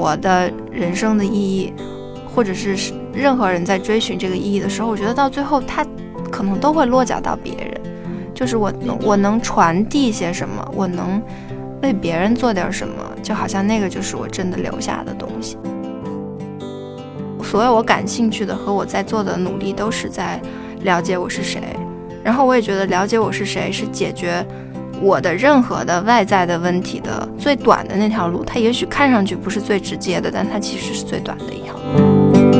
活的人生的意义，或者是任何人在追寻这个意义的时候，我觉得到最后他可能都会落脚到别人，就是我能传递些什么，我能为别人做点什么，就好像那个就是我真的留下的东西。所有我感兴趣的和我在做的努力都是在了解我是谁，然后我也觉得了解我是谁是解决我的任何的外在的问题的最短的那条路。它也许看上去不是最直接的，但它其实是最短的一条路。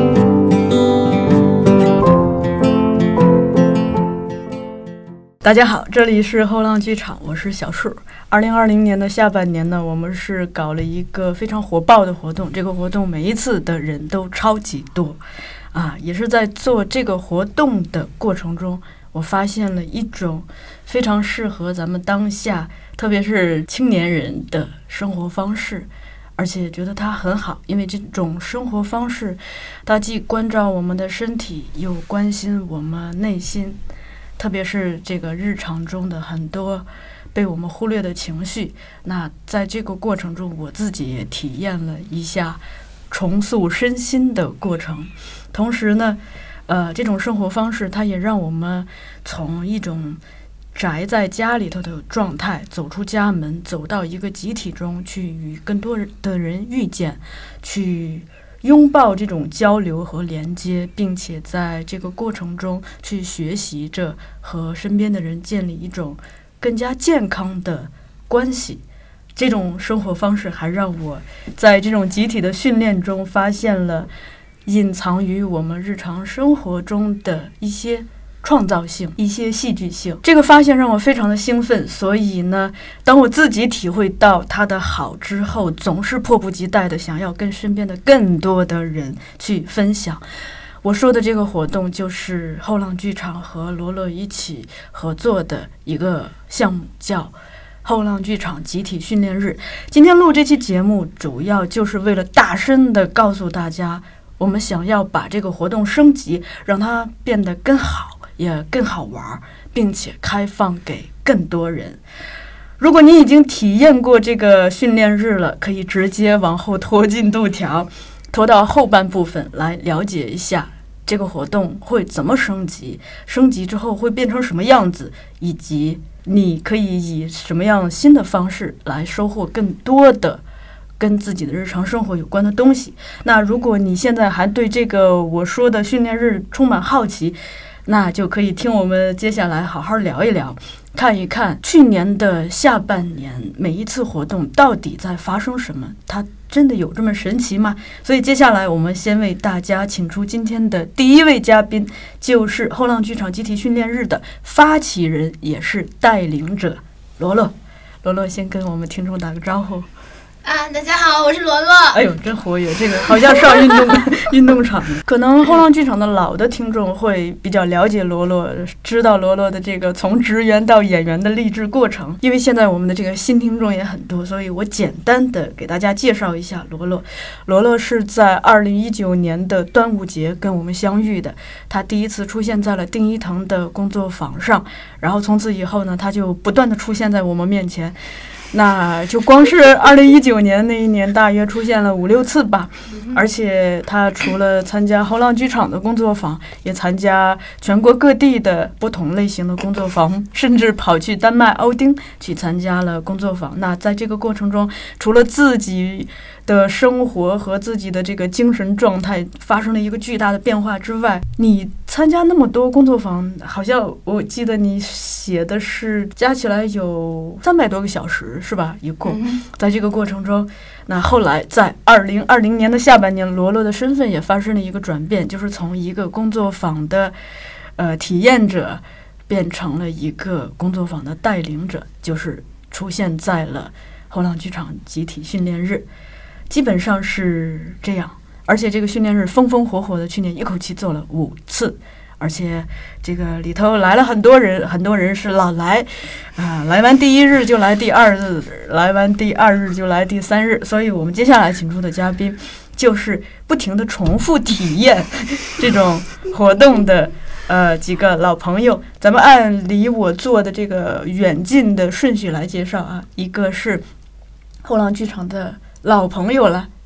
大家好，这里是后浪剧场，我是小树。2020年的下半年呢，我们是搞了一个非常火爆的活动，这个活动每一次的人都超级多也是在做这个活动的过程中，我发现了一种非常适合咱们当下特别是青年人的生活方式，而且觉得它很好，因为这种生活方式它既关照我们的身体，又关心我们内心，特别是这个日常中的很多被我们忽略的情绪。那在这个过程中，我自己也体验了一下重塑身心的过程。同时呢，这种生活方式它也让我们从一种宅在家里头的状态走出家门，走到一个集体中去，与更多的人遇见，去拥抱这种交流和连接，并且在这个过程中去学习着和身边的人建立一种更加健康的关系。这种生活方式还让我在这种集体的训练中发现了隐藏于我们日常生活中的一些创造性，一些戏剧性。这个发现让我非常的兴奋，所以呢，当我自己体会到它的好之后，总是迫不及待的想要跟身边的更多的人去分享。我说的这个活动就是后浪剧场和罗罗一起合作的一个项目，叫后浪剧场集体训练日。今天录这期节目主要就是为了大声的告诉大家，我们想要把这个活动升级，让它变得更好，也更好玩，并且开放给更多人。如果你已经体验过这个训练日了，可以直接往后拖进度条，拖到后半部分来了解一下这个活动会怎么升级，升级之后会变成什么样子，以及你可以以什么样新的方式来收获更多的跟自己的日常生活有关的东西。那如果你现在还对这个我说的训练日充满好奇，那就可以听我们接下来好好聊一聊，看一看去年的下半年每一次活动到底在发生什么，它真的有这么神奇吗？所以接下来我们先为大家请出今天的第一位嘉宾，就是后浪剧场集体训练日的发起人，也是带领者罗罗。罗罗先跟我们听众打个招呼。 大家好，我是罗罗。 哎呦，真活跃，这个好像上运动场。可能后浪剧场的老的听众会比较了解罗罗，知道罗罗的这个从职员到演员的励志过程。因为现在我们的这个新听众也很多，所以我简单的给大家介绍一下罗罗。罗罗是在2019年的端午节跟我们相遇的，他第一次出现在了丁一腾的工作坊上，然后从此以后呢，他就不断的出现在我们面前。那就光是2019年那一年大约出现了5-6次吧，而且他除了参加后浪剧场的工作坊，也参加全国各地的不同类型的工作坊，甚至跑去丹麦奥丁去参加了工作坊。那在这个过程中，除了自己的生活和自己的这个精神状态发生了一个巨大的变化之外，你参加那么多工作坊，好像我记得你写的是加起来有300多个小时是吧？一共在这个过程中，那后来在2020年的下半年，罗罗的身份也发生了一个转变，就是从一个工作坊的体验者变成了一个工作坊的带领者，就是出现在了后浪剧场集体训练日。基本上是这样，而且这个训练日风风火火的，去年一口气做了5次，而且这个里头来了很多人，很多人是老来来完第1日就来第2日，来完第2日就来第3日，所以我们接下来请出的嘉宾就是不停的重复体验这种活动的几个老朋友。咱们按离我做的这个远近的顺序来介绍啊，一个是后浪剧场的老朋友了，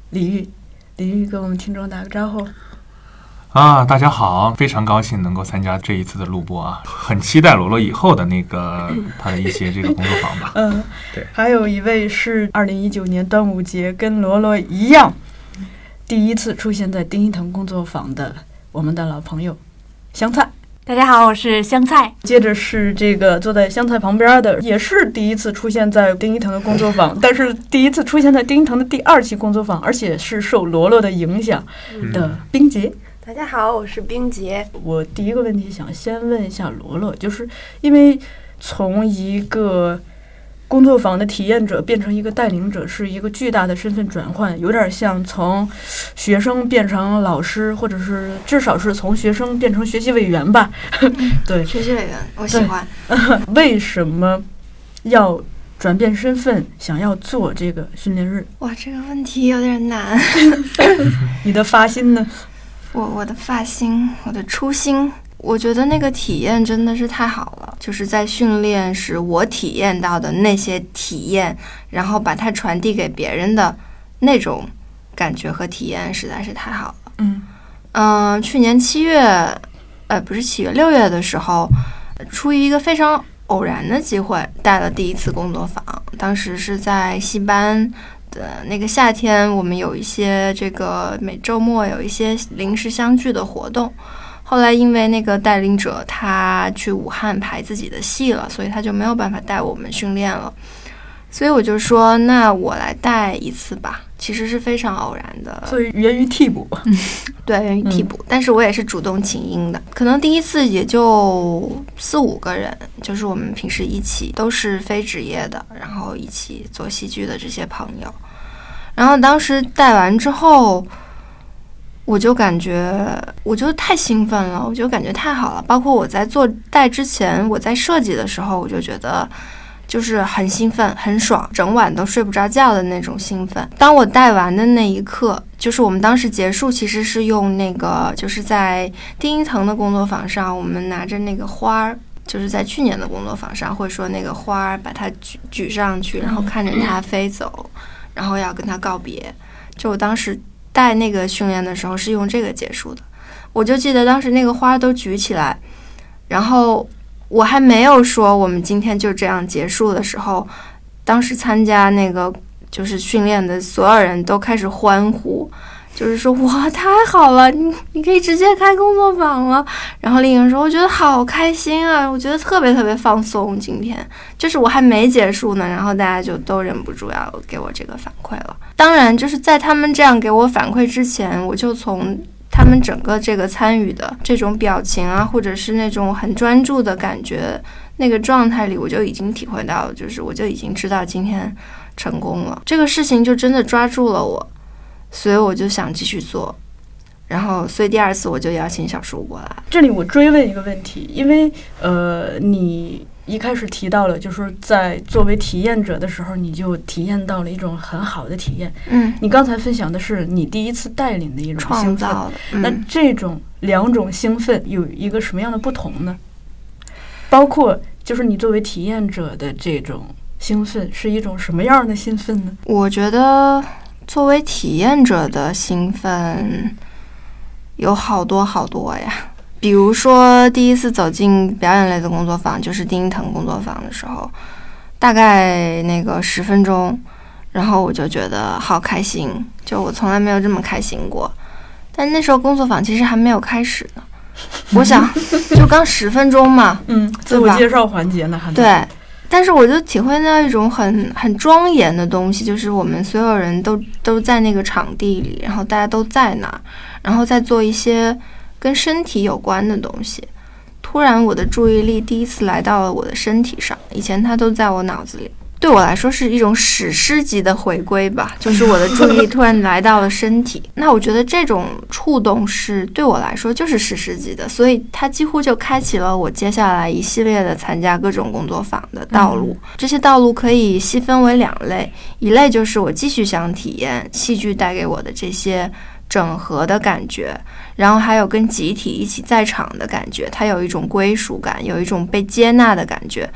李玉跟我们听众打个招呼。 大家好，非常高兴能够参加这一次的录播啊，很期待罗罗以后的那个他的一些这个工作坊吧。 对。还有一位是2019年端午节跟罗罗一样第一次出现在丁一腾工作坊的我们的老朋友香菜。 大家好，我是香菜。 接着是这个坐在香菜旁边的，也是第一次出现在丁一腾的工作坊，但是第一次出现在丁一腾的第2期工作坊，而且是受罗罗的影响的冰洁。 大家好，我是冰洁。 我第一个问题想先问一下罗罗，就是因为从一个工作坊的体验者变成一个带领者，是一个巨大的身份转换，有点像从学生变成老师，或者是至少是从学生变成学习委员吧。对， 学习委员我喜欢。 为什么要转变身份，想要做这个训练日？ 哇，这个问题有点难。 你的发心呢？ 我的发心，我的初心，我觉得那个体验真的是太好了，就是在训练时我体验到的那些体验，然后把它传递给别人的那种感觉和体验实在是太好了。去年6月的时候，出于一个非常偶然的机会，带了第一次工作坊，当时是在戏班的那个夏天，我们有一些这个每周末有一些临时相聚的活动，后来因为那个带领者他去武汉排自己的戏了，所以他就没有办法带我们训练了，所以我就说那我来带一次吧，其实是非常偶然的， 所以源于替补。 对，源于替补，但是我也是主动请缨的，可能第一次也就4-5个人，就是我们平时一起都是非职业的，然后一起做戏剧的这些朋友，然后当时带完之后，我就太兴奋了，我就感觉太好了，包括我在做带之前，我在设计的时候，我就觉得就是很兴奋很爽，整晚都睡不着觉的那种兴奋。当我带完的那一刻，就是我们当时结束其实是用那个，就是在丁一腾的工作坊上，我们拿着那个花儿，就是在去年的工作坊上会说那个花儿把它举上去，然后看着它飞走，然后要跟它告别。就我当时带那个训练的时候是用这个结束的，我就记得当时那个花都举起来，然后我还没有说我们今天就这样结束的时候，当时参加那个就是训练的所有人都开始欢呼，就是说哇太好了，你可以直接开工作坊了。然后另一个人说我觉得好开心啊，我觉得特别特别放松，今天就是我还没结束呢，然后大家就都忍不住要给我这个反馈了。当然就是在他们这样给我反馈之前，我就从他们整个这个参与的这种表情啊，或者是那种很专注的感觉，那个状态里，我就已经体会到了，就是我就已经知道今天成功了，这个事情就真的抓住了我，所以我就想继续做，然后所以第2次我就邀请小树过来。 这里我追问一个问题，因为你一开始提到了，就是在作为体验者的时候，你就体验到了一种很好的体验。你刚才分享的是你第一次带领的一种兴奋，那这种2种兴奋有一个什么样的不同呢？包括就是你作为体验者的这种兴奋是一种什么样的兴奋呢？ 我觉得作为体验者的兴奋有好多好多呀。比如说第一次走进表演类的工作坊，就是丁一腾工作坊的时候，大概那个10分钟，然后我就觉得好开心，就我从来没有这么开心过。但那时候工作坊其实还没有开始呢，我想就刚10分钟嘛， 自我介绍环节呢还对，但是我就体会到一种很庄严的东西，就是我们所有人都在那个场地里，然后大家都在那儿，然后再做一些跟身体有关的东西。突然我的注意力第一次来到了我的身体上，以前它都在我脑子里，对我来说是一种史诗级的回归吧，就是我的注意力突然来到了身体。那我觉得这种触动是对我来说就是史诗级的，所以它几乎就开启了我接下来一系列的参加各种工作坊的道路。这些道路可以细分为2类，一类就是我继续想体验戏剧带给我的这些整合的感觉，然后还有跟集体一起在场的感觉，它有一种归属感，有一种被接纳的感觉。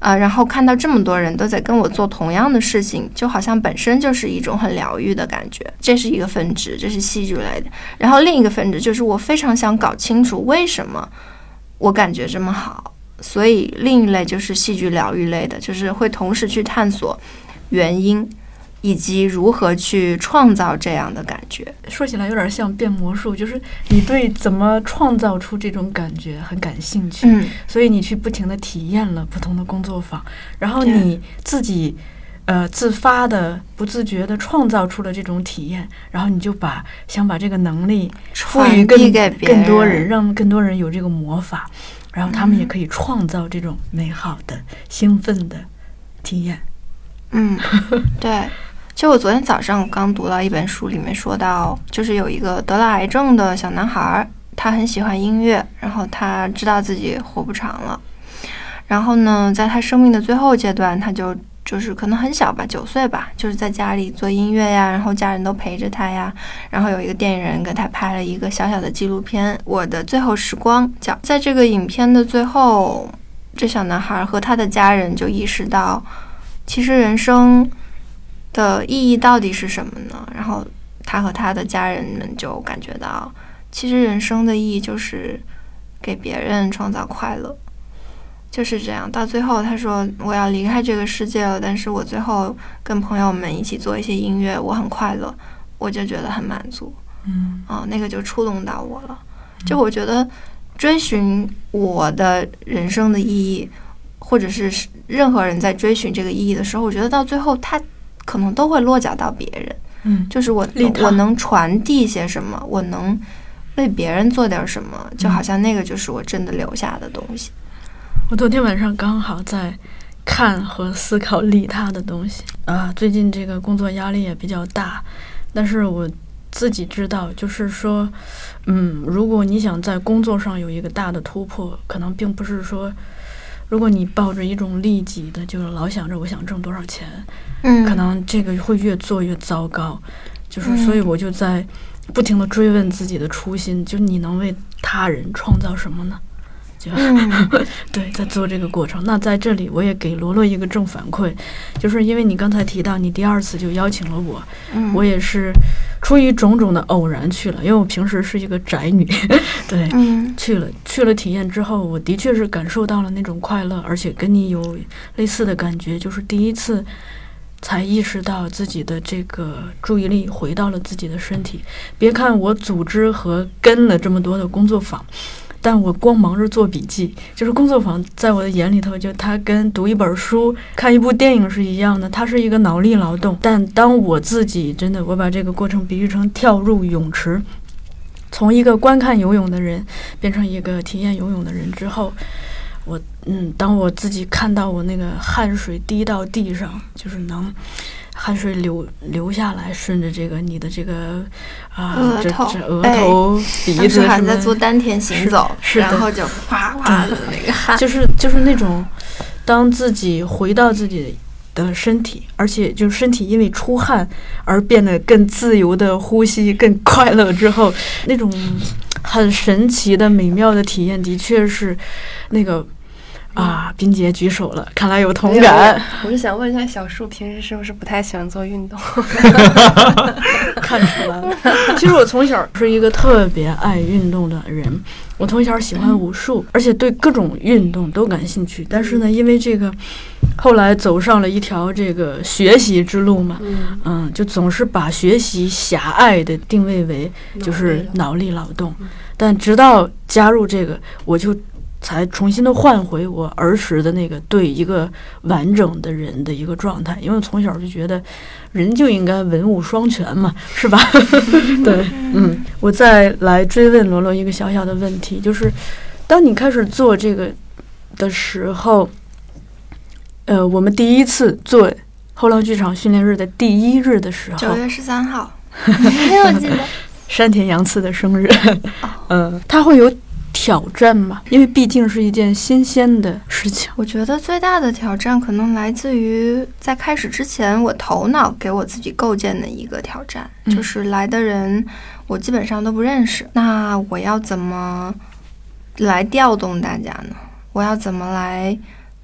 然后看到这么多人都在跟我做同样的事情，就好像本身就是一种很疗愈的感觉。这是一个分支，这是戏剧类的。然后另一个分支就是我非常想搞清楚为什么我感觉这么好，所以另一类就是戏剧疗愈类的，就是会同时去探索原因以及如何去创造这样的感觉。 说起来有点像变魔术，就是你对怎么创造出这种感觉很感兴趣，所以你去不停地体验了不同的工作坊，然后你自己自发的不自觉的创造出了这种体验，然后你就想把这个能力赋予更多人，让更多人有这个魔法，然后他们也可以创造这种美好的兴奋的体验。 对，就我昨天早上刚读到一本书，里面说到，就是有一个得了癌症的小男孩，他很喜欢音乐，然后他知道自己活不长了，然后呢，在他生命的最后阶段，他就是可能很小吧，9岁吧，就是在家里做音乐呀，然后家人都陪着他呀，然后有一个电影人给他拍了一个小小的纪录片《我的最后时光》，在这个影片的最后，这小男孩和他的家人就意识到，其实人生的意义到底是什么呢？然后他和他的家人们就感觉到，其实人生的意义就是给别人创造快乐，就是这样。到最后他说，我要离开这个世界了，但是我最后跟朋友们一起做一些音乐，我很快乐，我就觉得很满足。那个就触动到我了。就我觉得追寻我的人生的意义，或者是任何人在追寻这个意义的时候，我觉得到最后他可能都会落脚到别人。就是我能传递些什么，我能为别人做点什么，就好像那个就是我真的留下的东西。 我昨天晚上刚好在看和思考利他的东西最近这个工作压力也比较大，但是我自己知道，就是说如果你想在工作上有一个大的突破，可能并不是说如果你抱着一种利己的，就是老想着我想挣多少钱，可能这个会越做越糟糕。就是所以我就在不停地追问自己的初心，就是你能为他人创造什么呢？对，在做这个过程。那在这里我也给罗罗一个正反馈，就是因为你刚才提到你第2次就邀请了我，我也是出于种种的偶然去了，因为我平时是一个宅女，对，去了体验之后，我的确是感受到了那种快乐，而且跟你有类似的感觉，就是第一次才意识到自己的这个注意力回到了自己的身体。别看我组织和跟了这么多的工作坊，但我光忙着做笔记。就是工作坊在我的眼里头，就它跟读一本书、看一部电影是一样的，它是一个脑力劳动。但当我自己真的，我把这个过程比喻成跳入泳池，从一个观看游泳的人变成一个体验游泳的人之后，当我自己看到我那个汗水滴到地上，就是能汗水流下来，顺着这个你的这个额头、鼻子， 还在做丹田行走，然后就哗哗的那个汗， 就是那种，当自己回到自己的身体，而且就是身体因为出汗而变得更自由的呼吸，更快乐之后，那种很神奇的美妙的体验，的确是那个。冰洁举手了，看来有同感。 我是想问一下小树，平时是不是不太喜欢做运动？ 看出来了。其实我从小是一个特别爱运动的人，我从小喜欢武术，而且对各种运动都感兴趣。但是呢，因为这个，后来走上了一条这个学习之路嘛，就总是把学习狭隘的定位为就是脑力劳动。但直到加入这个，我就才重新的换回我儿时的那个对一个完整的人的一个状态，因为我从小就觉得人就应该文武双全嘛，是吧？对，我再来追问罗罗一个小小的问题，就是当你开始做这个的时候，我们第一次做后浪剧场训练日的第1日的时候 ，9月13号，我记得山田洋次的生日，他会有挑战嘛？因为毕竟是一件新鲜的事情。 我觉得最大的挑战可能来自于在开始之前，我头脑给我自己构建的一个挑战，就是来的人我基本上都不认识，那我要怎么来调动大家呢？我要怎么来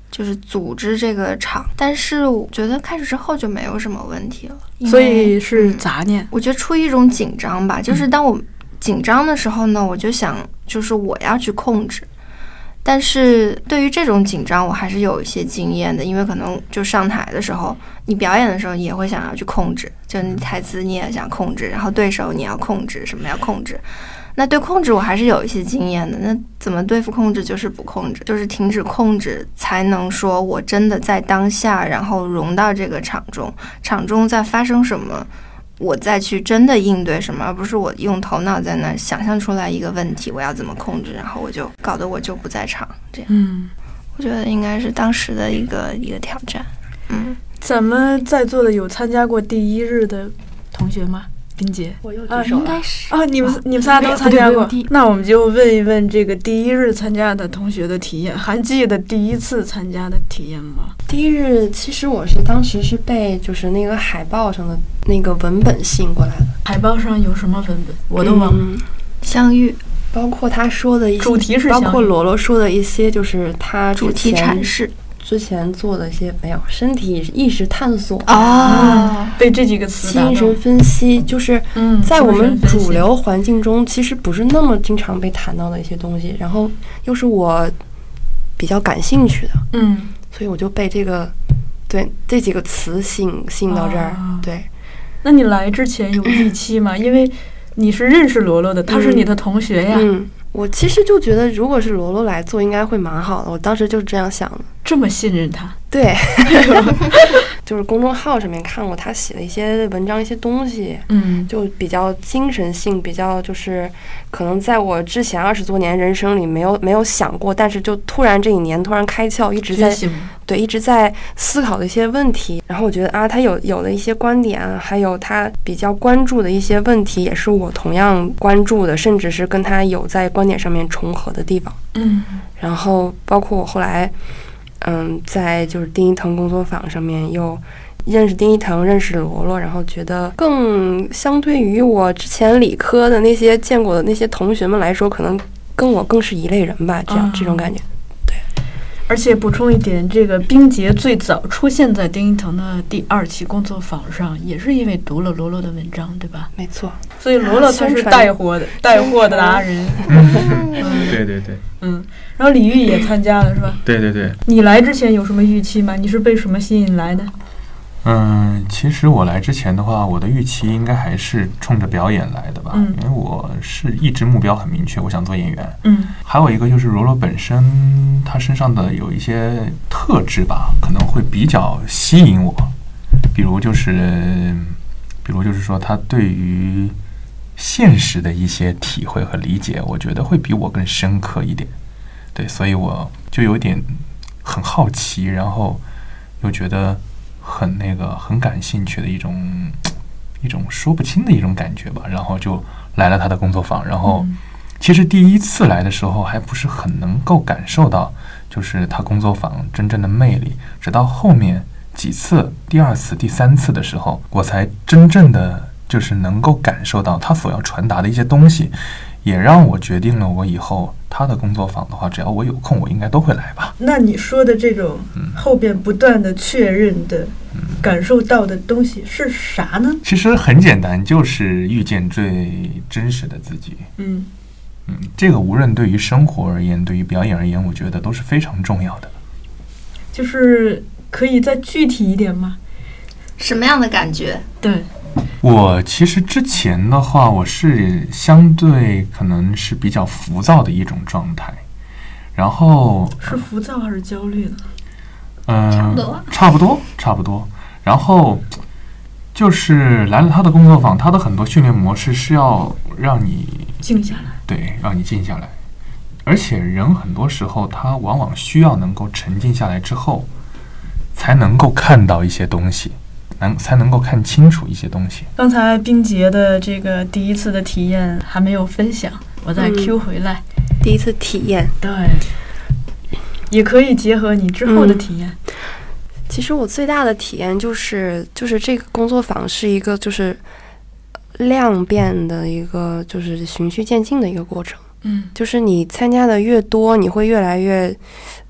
就是组织这个场，但是我觉得开始之后就没有什么问题了， 所以是杂念。 我觉得出于一种紧张吧，就是当我紧张的时候呢，我就想就是我要去控制。但是对于这种紧张我还是有一些经验的，因为可能就上台的时候，你表演的时候你也会想要去控制，就你台词你也想控制，然后对手你要控制，什么要控制。那对控制我还是有一些经验的，那怎么对付控制？就是不控制，就是停止控制，才能说我真的在当下，然后融到这个场中，场中在发生什么，我再去真的应对什么，而不是我用头脑在那想象出来一个问题，我要怎么控制，然后我就搞得我就不在场，这样。我觉得应该是当时的一个挑战。 咱们在座的有参加过第一日的同学吗？冰姐， 我又举手了。 应该是你们仨都参加过。那我们就问一问这个第一日参加的同学的体验，还记得第一次参加的体验吗？ 第一日其实我当时是被就是那个海报上的那个文本吸引过来的。 海报上有什么文本？我都忘了。 相遇， 包括他说的一些主题是包括罗罗说的一些，就是他主题阐释。 之前做的一些身体意识探索被这几个词精神分析，就是在我们主流环境中其实不是那么经常被谈到的一些东西，然后又是我比较感兴趣的，所以我就被这几个词吸引到这儿。对， 那你来之前有预期吗？因为你是认识罗罗的，他是你的同学呀。 我其实就觉得，如果是罗罗来做，应该会蛮好的。我当时就是这样想的。 这么信任他？ 对，就是公众号上面看过他写的一些文章、一些东西，就比较精神性，比较就是可能在我之前20多年人生里没有想过，但是就突然这一年突然开窍，一直在思考的一些问题。然后我觉得他有的一些观点还有他比较关注的一些问题，也是我同样关注的，甚至是跟他有在观点上面重合的地方。然后包括我后来在就是丁一腾工作坊上面又认识丁一腾，认识罗罗，然后觉得更相对于我之前理科的那些见过的那些同学们来说，可能跟我更是一类人吧，这种感觉。对， 而且补充一点，这个冰洁最早出现在丁一腾的第2期工作坊上，也是因为读了罗罗的文章，对吧？ 没错。 所以罗罗才是带货的达人。 对。 然后李玉也参加了，是吧？ 对。 你来之前有什么预期吗？你是被什么吸引来的？ 其实我来之前的话，我的预期应该还是冲着表演来的吧，因为我是一直目标很明确，我想做演员。还有一个就是罗罗本身，他身上的有一些特质吧，可能会比较吸引我，比如就是说他对于现实的一些体会和理解，我觉得会比我更深刻一点。对，所以我就有点很好奇，然后又觉得很感兴趣的一种说不清的一种感觉吧，然后就来了他的工作坊。然后其实第一次来的时候还不是很能够感受到就是他工作坊真正的魅力，直到后面几次，第2次、第3次的时候，我才真正的就是能够感受到他所要传达的一些东西，也让我决定了我以后他的工作坊的话，只要我有空，我应该都会来吧。 那你说的这种后边不断的确认的感受到的东西是啥呢？ 其实很简单，就是遇见最真实的自己。这个无论对于生活而言，对于表演而言，我觉得都是非常重要的。 就是可以再具体一点吗？ 什么样的感觉？ 对， 我其实之前的话，我是相对可能是比较浮躁的一种状态，然后是浮躁还是焦虑呢？ 差不多。然后就是来了他的工作坊，他的很多训练模式是要让你静下来， 对，让你静下来。而且人很多时候他往往需要能够沉静下来之后，才能够看到一些东西，才能够看清楚一些东西。 刚才冰洁的这个第一次的体验还没有分享，我再 Q 回来。 第一次体验， 对，也可以结合你之后的体验。 其实我最大的体验就是这个工作坊是一个就是量变的一个就是循序渐进的一个过程。就是你参加的越多，你会越来越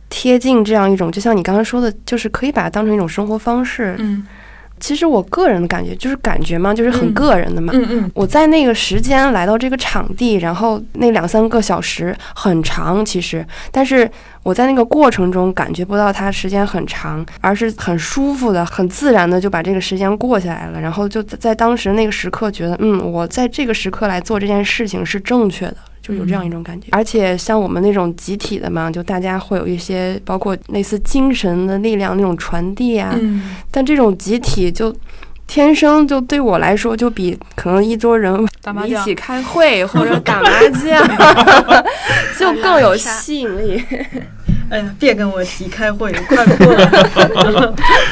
贴近这样一种，就像你刚刚说的，就是可以把它当成一种生活方式。其实我个人的感觉就是感觉嘛，就是很个人的嘛。我在那个时间来到这个场地，然后那2-3个小时很长，其实，但是我在那个过程中感觉不到它时间很长，而是很舒服的、很自然的就把这个时间过下来了。然后就在当时那个时刻觉得，我在这个时刻来做这件事情是正确的。就有这样一种感觉，而且像我们那种集体的嘛，就大家会有一些包括类似精神的力量那种传递啊，但这种集体就天生就对我来说就比可能一桌人一起开会或者打麻将就更有吸引力。 哎呀，别跟我提开会，快过了。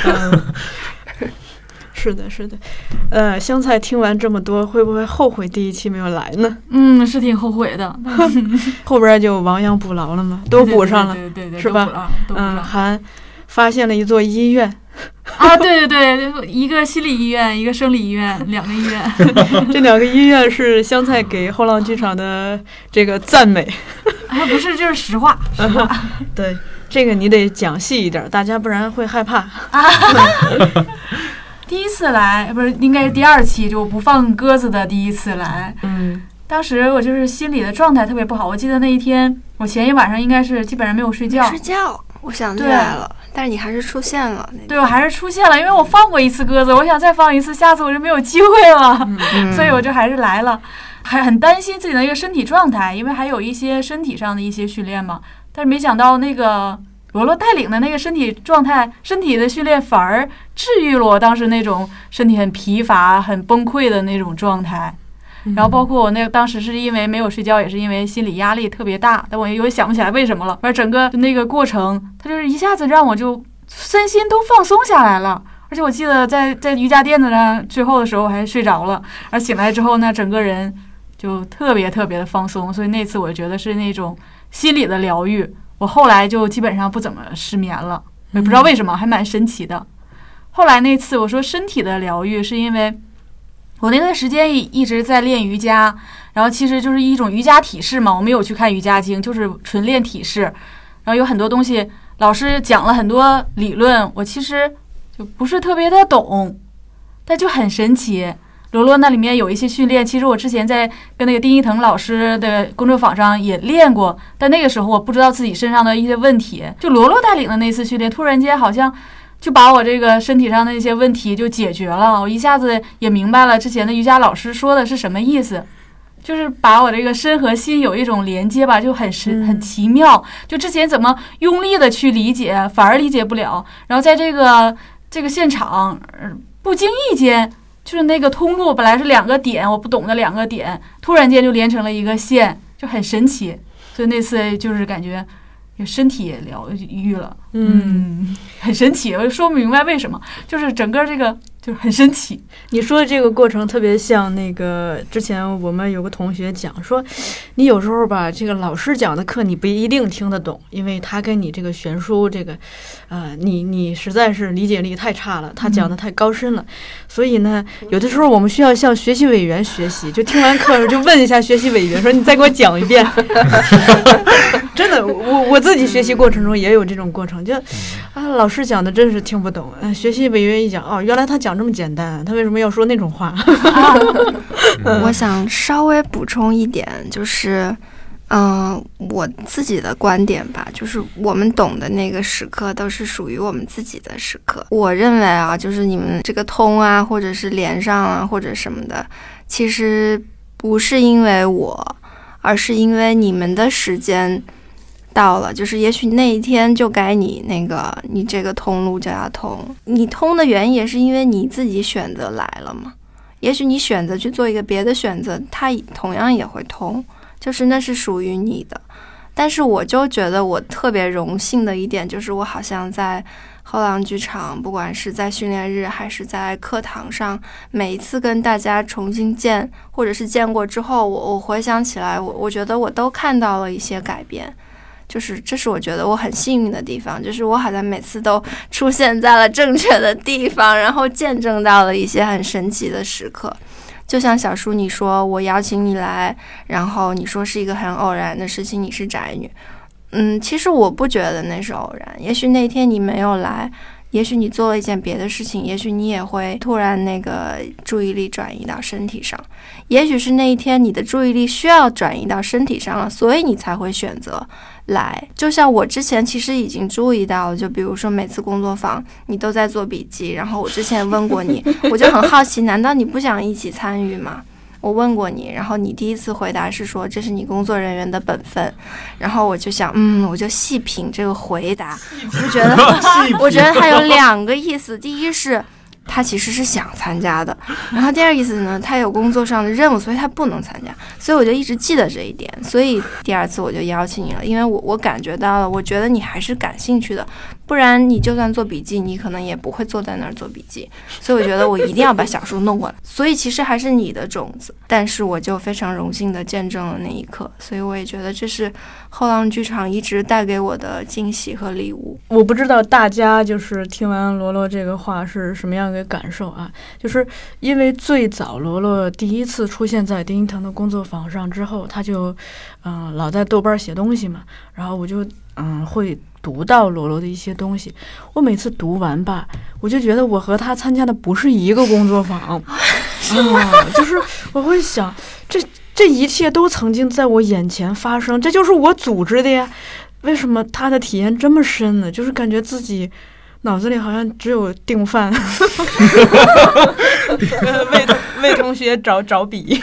是的，是的，香菜听完这么多，会不会后悔第一期没有来呢？ 是挺后悔的。 后边就亡羊补牢了嘛，都补上了， 对， 是吧？还发现了一座医院。 啊，对，一个心理医院，一个生理医院，2个医院。 这2个医院是香菜给后浪剧场的这个赞美。 不是，就是实话。 对，这个你得讲细一点，大家不然会害怕。 第一次来不是应该是第2期，就不放鸽子的第一次来。当时我就是心理的状态特别不好。我记得那一天，我前一晚上应该是基本上没有睡觉。 我想起来了，但是你还是出现了。 对，我还是出现了，因为我放过一次鸽子，我想再放一次，下次我就没有机会了。所以我就还是来了，还很担心自己的一个身体状态，因为还有一些身体上的一些训练嘛。但是没想到那个罗罗带领的那个身体状态、身体的训练反而治愈了我当时那种身体很疲乏、很崩溃的那种状态。然后包括我那个当时是因为没有睡觉，也是因为心理压力特别大，但我也想不起来为什么了。而整个那个过程，它就是一下子让我就身心都放松下来了。而且我记得在瑜伽垫子上最后的时候我还睡着了，而醒来之后呢，整个人就特别特别的放松。所以那次我觉得是那种心理的疗愈。我后来就基本上不怎么失眠了，也不知道为什么，还蛮神奇的。后来那次我说身体的疗愈，是因为我那段时间一直在练瑜伽，然后其实就是一种瑜伽体式嘛，我没有去看瑜伽经，就是纯练体式。然后有很多东西老师讲了很多理论，我其实就不是特别的懂，但就很神奇。罗罗那里面有一些训练，其实我之前在跟那个丁一腾老师的工作坊上也练过，但那个时候我不知道自己身上的一些问题，就罗罗带领的那次训练，突然间好像就把我这个身体上的一些问题就解决了。我一下子也明白了之前的瑜伽老师说的是什么意思，就是把我这个身和心有一种连接吧，就很奇妙。就之前怎么用力的去理解，反而理解不了。然后在这个现场，不经意间，就是那个通路本来是2个点，我不懂的2个点，突然间就连成了一个线，就很神奇。所以那次就是感觉身体也疗愈了，很神奇。我说不明白为什么，就是整个这个就是很神奇。 你说的这个过程特别像那个之前我们有个同学讲说，你有时候吧，这个老师讲的课你不一定听得懂，因为他跟你这个悬殊这个，你实在是理解力太差了，他讲的太高深了，所以呢，有的时候我们需要向学习委员学习，就听完课就问一下学习委员，说你再给我讲一遍。真的，我自己学习过程中也有这种过程，就老师讲的真是听不懂，学习委员一讲，原来他讲这么简单，他为什么要说那种话？ 我想稍微补充一点，就是我自己的观点吧，就是我们懂的那个时刻都是属于我们自己的时刻。我认为啊，就是你们这个通啊，或者是连上啊，或者什么的，其实不是因为我，而是因为你们的时间到了，就是也许那一天就该你这个通路就要通。你通的原因也是因为你自己选择来了嘛。也许你选择去做一个别的选择，它同样也会通，就是那是属于你的。但是我就觉得我特别荣幸的一点，就是我好像在后浪剧场，不管是在训练日还是在课堂上，每一次跟大家重新见，或者是见过之后，我回想起来，我觉得我都看到了一些改变。就是这是我觉得我很幸运的地方，就是我好像每次都出现在了正确的地方，然后见证到了一些很神奇的时刻。就像小叔你说我邀请你来，然后你说是一个很偶然的事情，你是宅女， 其实我不觉得那是偶然，也许那天你没有来，也许你做了一件别的事情，也许你也会突然那个注意力转移到身体上，也许是那一天你的注意力需要转移到身体上了，所以你才会选择来。就像我之前其实已经注意到了，就比如说每次工作坊你都在做笔记，然后我之前问过你，我就很好奇，难道你不想一起参与吗？我问过你，然后你第一次回答是说这是你工作人员的本分，然后我就想，我就细品这个回答，我觉得它有2个意思，第一是他其实是想参加的，然后第二意思呢，他有工作上的任务，所以他不能参加，所以我就一直记得这一点，所以第2次我就邀请你了，因为我感觉到了，我觉得你还是感兴趣的，不然你就算做笔记，你可能也不会坐在那儿做笔记，所以我觉得我一定要把小树弄过来，所以其实还是你的种子，但是我就非常荣幸的见证了那一刻，所以我也觉得这是后浪剧场一直带给我的惊喜和礼物。 我不知道大家就是听完罗罗这个话是什么样的感受啊？就是因为最早罗罗第一次出现在丁一腾的工作坊上之后，他就老在豆瓣写东西嘛，然后我就会读到罗罗的一些东西，我每次读完吧，我就觉得我和他参加的不是一个工作坊就是我会想这一切都曾经在我眼前发生，这就是我组织的呀，为什么他的体验这么深呢？就是感觉自己脑子里好像只有订饭为同学找笔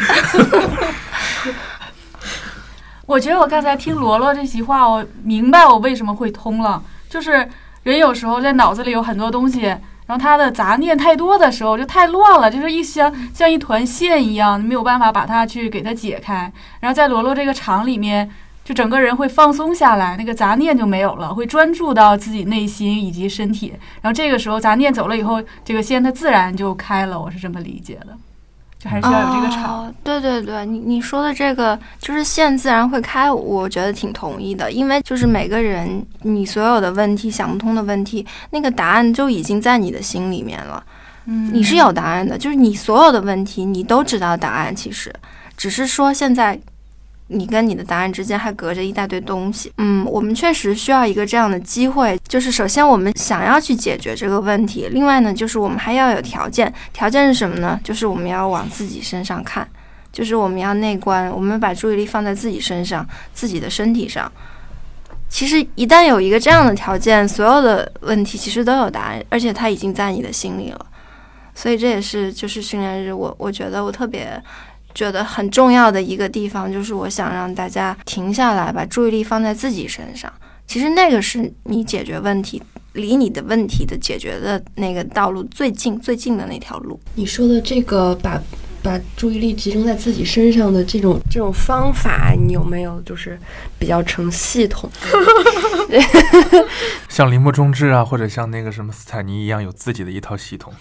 我觉得我刚才听罗罗这席话，我明白我为什么会通了，就是人有时候在脑子里有很多东西，然后他的杂念太多的时候就太乱了，就是像一团线一样，没有办法把它去给它解开，然后在罗罗这个场里面就整个人会放松下来，那个杂念就没有了，会专注到自己内心以及身体，然后这个时候杂念走了以后，这个线它自然就开了，我是这么理解的，就还是需要有这个场。 对对对，你说的这个就是线自然会开，我觉得挺同意的，因为就是每个人你所有的问题想不通的问题，那个答案就已经在你的心里面了，你是有答案的，就是你所有的问题你都知道答案，其实只是说现在你跟你的答案之间还隔着一大堆东西。我们确实需要一个这样的机会，就是首先我们想要去解决这个问题，另外呢就是我们还要有条件是什么呢？就是我们要往自己身上看，就是我们要内观，我们把注意力放在自己身上，自己的身体上。其实一旦有一个这样的条件，所有的问题其实都有答案，而且它已经在你的心里了。所以这也是就是训练日我觉得我特别觉得很重要的一个地方，就是我想让大家停下来，把注意力放在自己身上。其实那个是你解决问题，离你的问题的解决的那个道路最近的那条路。 你说的这个把注意力集中在自己身上的这种方法，你有没有就是比较成系统？ 像铃木忠志啊，或者像那个什么斯坦尼一样，有自己的一套系统。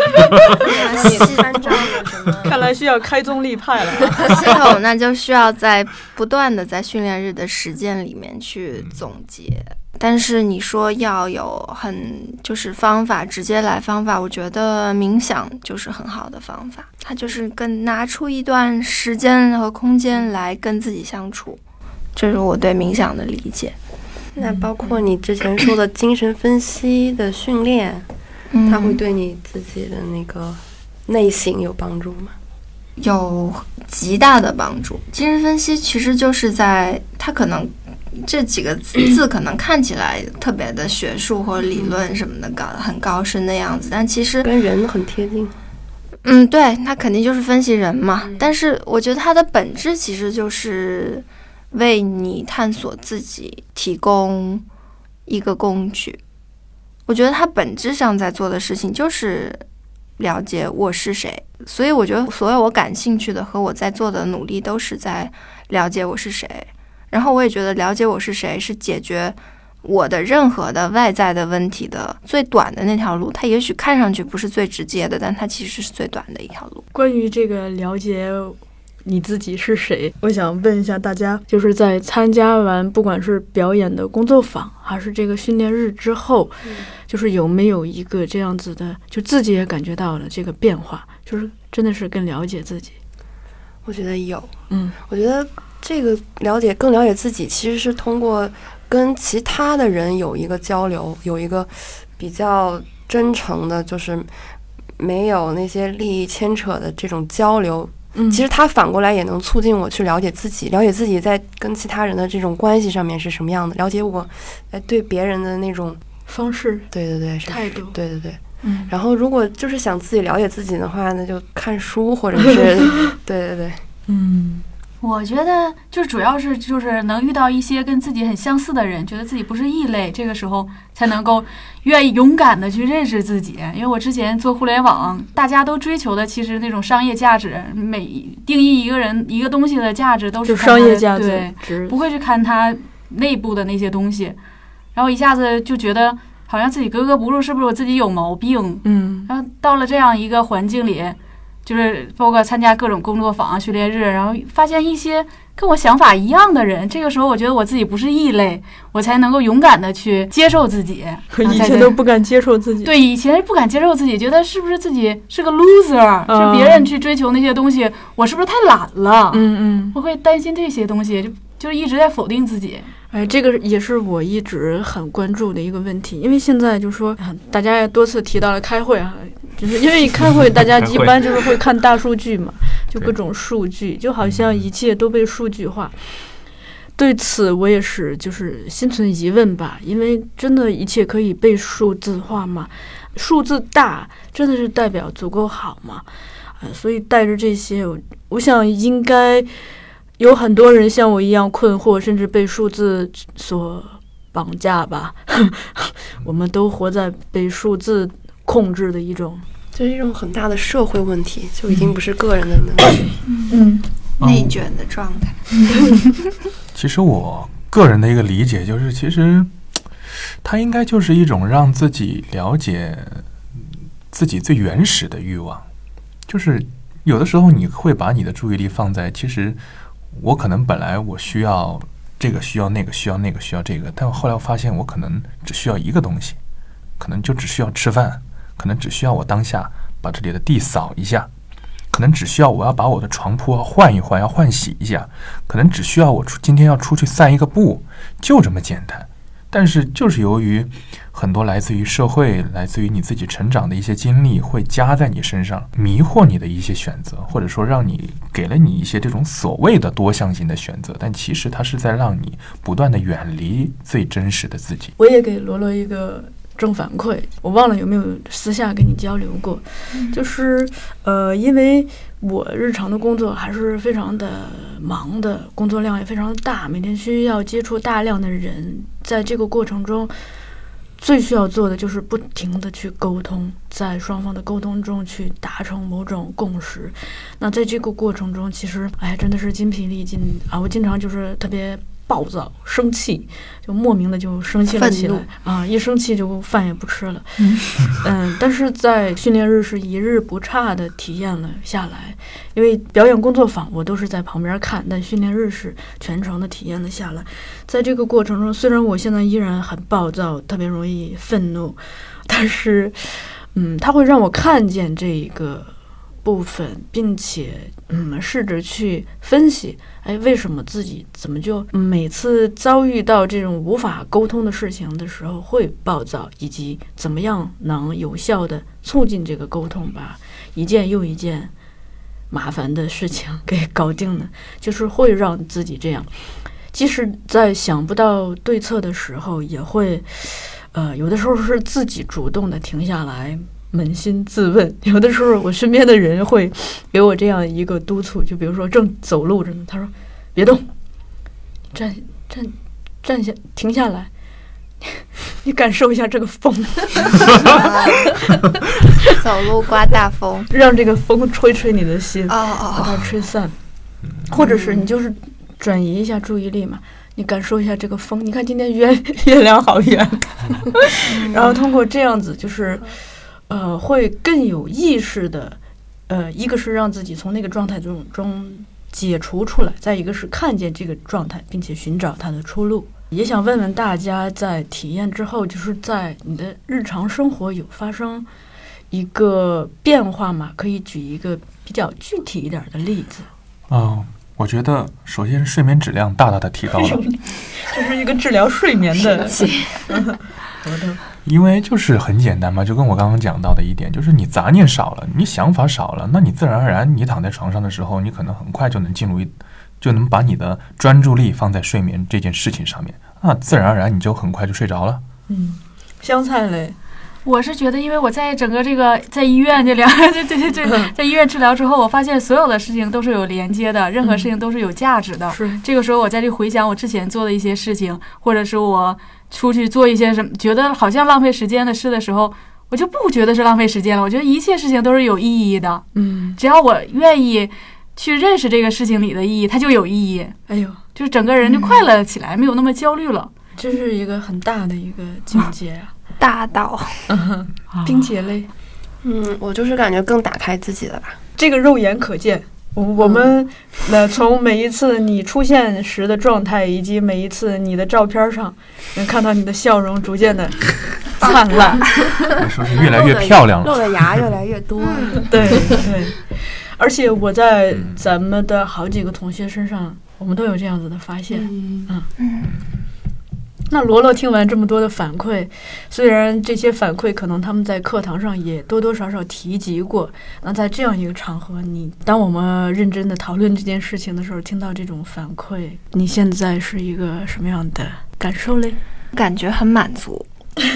看来需要开宗立派了。 系统那就需要在不断的在训练日的实践里面去总结。但是你说要有就是方法，直接来方法，我觉得冥想就是很好的方法，它就是拿出一段时间和空间来跟自己相处，这是我对冥想的理解。 那包括你之前说的精神分析的训练，它会对你自己的那个内省有帮助吗？ 有极大的帮助。精神分析其实就是它可能这几个字可能看起来特别的学术或理论什么的，搞得很高深的样子，但其实跟人很贴近。 对，它肯定就是分析人嘛。但是我觉得它的本质其实就是为你探索自己提供一个工具。我觉得它本质上在做的事情就是了解我是谁，所以我觉得所有我感兴趣的和我在做的努力都是在了解我是谁。然后我也觉得了解我是谁是解决我的任何的外在的问题的最短的那条路，它也许看上去不是最直接的，但它其实是最短的一条路。 关于这个了解你自己是谁，我想问一下大家，就是在参加完不管是表演的工作坊还是这个训练日之后，就是有没有一个这样子的，就自己也感觉到了这个变化，就是真的是更了解自己？我觉得有， 我觉得这个更了解自己，其实是通过跟其他的人有一个交流，有一个比较真诚的，就是没有那些利益牵扯的这种交流。其实它反过来也能促进我去了解自己，了解自己在跟其他人的这种关系上面是什么样的，了解我对别人的那种方式， 对， 态度， 对。然后如果就是想自己了解自己的话，那就看书或者是对。 我觉得就主要是就是能遇到一些跟自己很相似的人，觉得自己不是异类，这个时候才能够愿意勇敢的去认识自己。因为我之前做互联网，大家都追求的其实那种商业价值，每定义一个人一个东西的价值都是商业价值， 对，不会去看它内部的那些东西。然后一下子就觉得好像自己格格不入，是不是我自己有毛病？然后到了这样一个环境里，就是包括参加各种工作坊、训练日，然后发现一些跟我想法一样的人，这个时候我觉得我自己不是异类，我才能够勇敢的去接受自己。 以前都不敢接受自己， 对，以前不敢接受自己，觉得是不是自己是个 loser，是别人去追求那些东西，我是不是太懒了？我会担心这些东西，就是一直在否定自己。 这个也是我一直很关注的一个问题，因为现在就说大家也多次提到了开会就是因为开会大家一般就是会看大数据嘛，就各种数据，就好像一切都被数据化。对此我也是就是心存疑问吧，因为真的一切可以被数字化吗？数字大真的是代表足够好吗？所以带着这些，我想应该有很多人像我一样困惑，甚至被数字所绑架吧。我们都活在被数字控制的一种， 就是一种很大的社会问题，就已经不是个人的问题。 内卷的状态。 其实我个人的一个理解就是，其实它应该就是一种让自己了解自己最原始的欲望。就是有的时候你会把你的注意力放在，其实我可能本来我需要这个，需要那个，需要那个，需要这个，但后来我发现我可能只需要一个东西，可能就只需要吃饭，可能只需要我当下把这里的地扫一下，可能只需要我要把我的床铺换一换，要换洗一下，可能只需要我今天要出去散一个步，就这么简单。但是就是由于很多来自于社会，来自于你自己成长的一些经历会加在你身上，迷惑你的一些选择，或者说让你给了你一些这种所谓的多项性的选择，但其实它是在让你不断的远离最真实的自己。 我也给罗罗一个正反馈，我忘了有没有私下跟你交流过，就是因为我日常的工作还是非常的忙的，工作量也非常的大，每天需要接触大量的人，在这个过程中最需要做的就是不停的去沟通，在双方的沟通中去达成某种共识。那在这个过程中其实真的是筋疲力尽啊！我经常就是特别暴躁生气，就莫名的就生气了起来啊！一生气就饭也不吃了。但是在训练日是一日不差的体验了下来，因为表演工作坊我都是在旁边看，但训练日是全程的体验了下来。在这个过程中，虽然我现在依然很暴躁，特别容易愤怒，但是它会让我看见这一个部分，并且试着去分析，为什么自己怎么就每次遭遇到这种无法沟通的事情的时候会暴躁，以及怎么样能有效的促进这个沟通，把一件又一件麻烦的事情给搞定呢？就是会让自己这样，即使在想不到对策的时候，也会有的时候是自己主动的停下来扪心自问，有的时候我身边的人会给我这样一个督促，就比如说正走路着呢，他说别动，站下，停下来，你感受一下这个风。 走路刮大风， 让这个风吹你的心，把它吹散。或者是你就是转移一下注意力嘛，你感受一下这个风，你看今天月亮好圆。然后通过这样子就是会更有意识的一个是让自己从那个状态中解除出来，再一个是看见这个状态并且寻找它的出路。也想问问大家，在体验之后，就是在你的日常生活有发生一个变化吗？可以举一个比较具体一点的例子。 我觉得首先是睡眠质量大大的提高了， 这是一个治疗睡眠的因为就是很简单嘛，就跟我刚刚讲到的一点，就是你杂念少了，你想法少了，那你自然而然你躺在床上的时候，你可能很快就能就能把你的专注力放在睡眠这件事情上面，那自然而然你就很快就睡着了。 香菜嘞。 我是觉得，因为我在整个这个在医院这在医院治疗之后，我发现所有的事情都是有连接的，任何事情都是有价值的。这个时候我再去回想我之前做的一些事情，或者是我出去做一些什么觉得好像浪费时间的事的时候，我就不觉得是浪费时间了。我觉得一切事情都是有意义的。只要我愿意去认识这个事情里的意义，它就有意义。 哎呦， 就是整个人就快乐起来，没有那么焦虑了。 这是一个很大的一个境界啊。 大道。 冰姐嘞？ 我就是感觉更打开自己了吧。 这个肉眼可见，我们从每一次你出现时的状态，以及每一次你的照片上，能看到你的笑容逐渐的灿烂， 说是越来越漂亮了， 露的牙越来越多。 对，而且我在咱们的好几个同学身上，我们都有这样子的发现。那罗罗听完这么多的反馈，虽然这些反馈可能他们在课堂上也多多少少提及过，那在这样一个场合，当我们认真的讨论这件事情的时候，听到这种反馈，你现在是一个什么样的感受嘞？ 感觉很满足。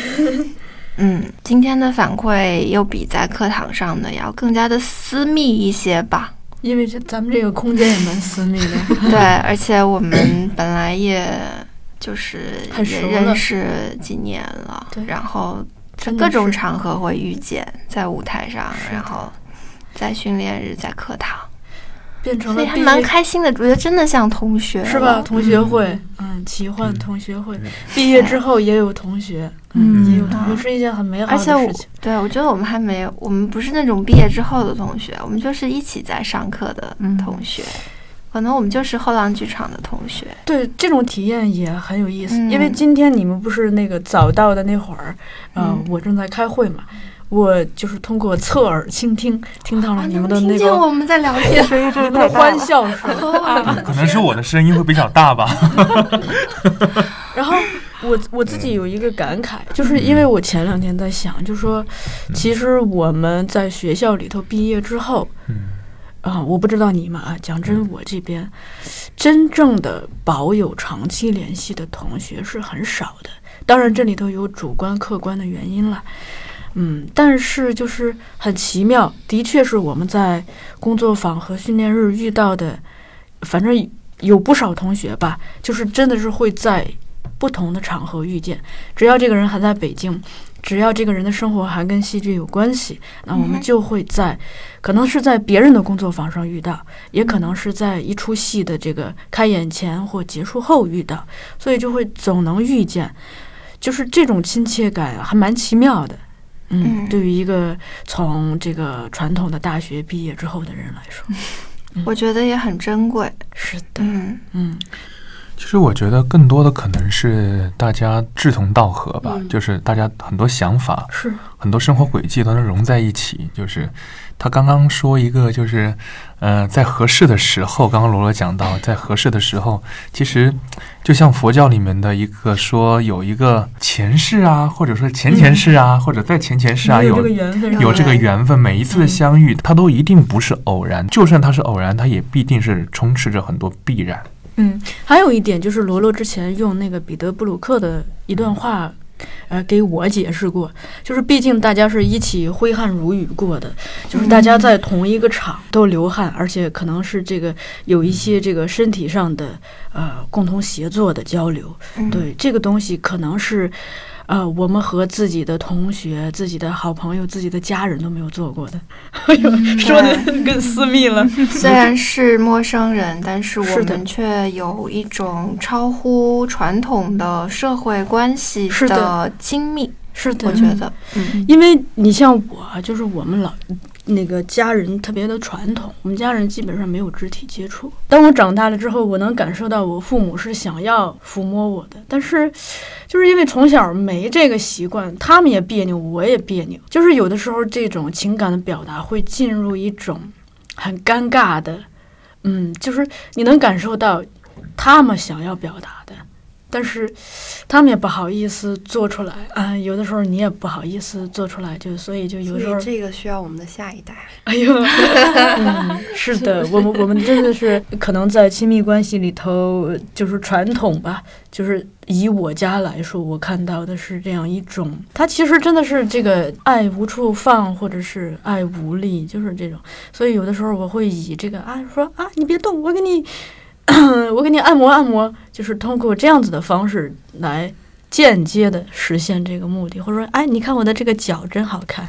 今天的反馈又比在课堂上的要更加的私密一些吧， 因为咱们这个空间也蛮私密的。 对，而且我们本来也也认识几年了，然后在各种场合会遇见，在舞台上，然后在训练日，在课堂， 变成了， 所以还蛮开心的。我觉得真的像同学， 是吧？同学会，奇幻同学会，毕业之后也有同学，也有同学，是一件很美好的事情。 而且对，我觉得我们不是那种毕业之后的同学，我们就是一起在上课的同学。可能我们就是后浪剧场的同学。 对，这种体验也很有意思。因为今天你们不是那个早到的那会儿，我正在开会嘛，我就是通过侧耳倾听，听到了你们的那个， 听见我们在聊天，所以这个欢笑声。 可能是我的声音会比较大吧。 然后我自己有一个感慨，就是因为我前2天在想，就说其实我们在学校里头毕业之后，我不知道你们啊，讲真，我这边真正的保有长期联系的同学是很少的。当然这里头有主观客观的原因了，但是就是很奇妙，的确是我们在工作坊和训练日遇到的，反正有不少同学吧，就是真的是会在不同的场合遇见，只要这个人还在北京，只要这个人的生活还跟戏剧有关系，那我们就会可能是在别人的工作坊上遇到，也可能是在一出戏的这个开演前或结束后遇到，所以就会总能遇见，就是这种亲切感还蛮奇妙的。对于一个从这个传统的大学毕业之后的人来说， 我觉得也很珍贵。 是的， 其实我觉得更多的可能是大家志同道合吧，就是大家很多想法， 是很多生活轨迹都能融在一起。就是他刚刚说一个，就是在合适的时候，刚刚罗罗讲到，在合适的时候，其实就像佛教里面的一个说，有一个前世啊，或者说前前世啊，或者再前前世啊，有这个缘分，每一次的相遇，它都一定不是偶然，就算它是偶然，它也必定是充斥着很多必然。 还有一点就是罗罗之前用那个彼得布鲁克的一段话，给我解释过，就是毕竟大家是一起挥汗如雨过的，就是大家在同一个场都流汗，而且可能是这个有一些这个身体上的共同协作的交流，对这个东西可能是我们和自己的同学、自己的好朋友、自己的家人都没有做过的。说的更私密了。 虽然是陌生人，但是我们却有一种超乎传统的社会关系的亲密。 是的， 我觉得， 因为你像我，就是我们那个家人特别的传统，我们家人基本上没有肢体接触。当我长大了之后，我能感受到我父母是想要抚摸我的，但是就是因为从小没这个习惯，他们也别扭，我也别扭，就是有的时候这种情感的表达会进入一种很尴尬的就是你能感受到他们想要表达的，但是他们也不好意思做出来啊。有的时候你也不好意思做出来，所以有时候这个需要我们的下一代。 哎呦，是的，我们真的是可能在亲密关系里头，就是传统吧，就是以我家来说，我看到的是这样一种，它其实真的是这个爱无处放，或者是爱无力，就是这种。所以有的时候我会以这个说你别动，我给你按摩，就是通过这样子的方式来间接的实现这个目的，或者说你看我的这个脚真好看。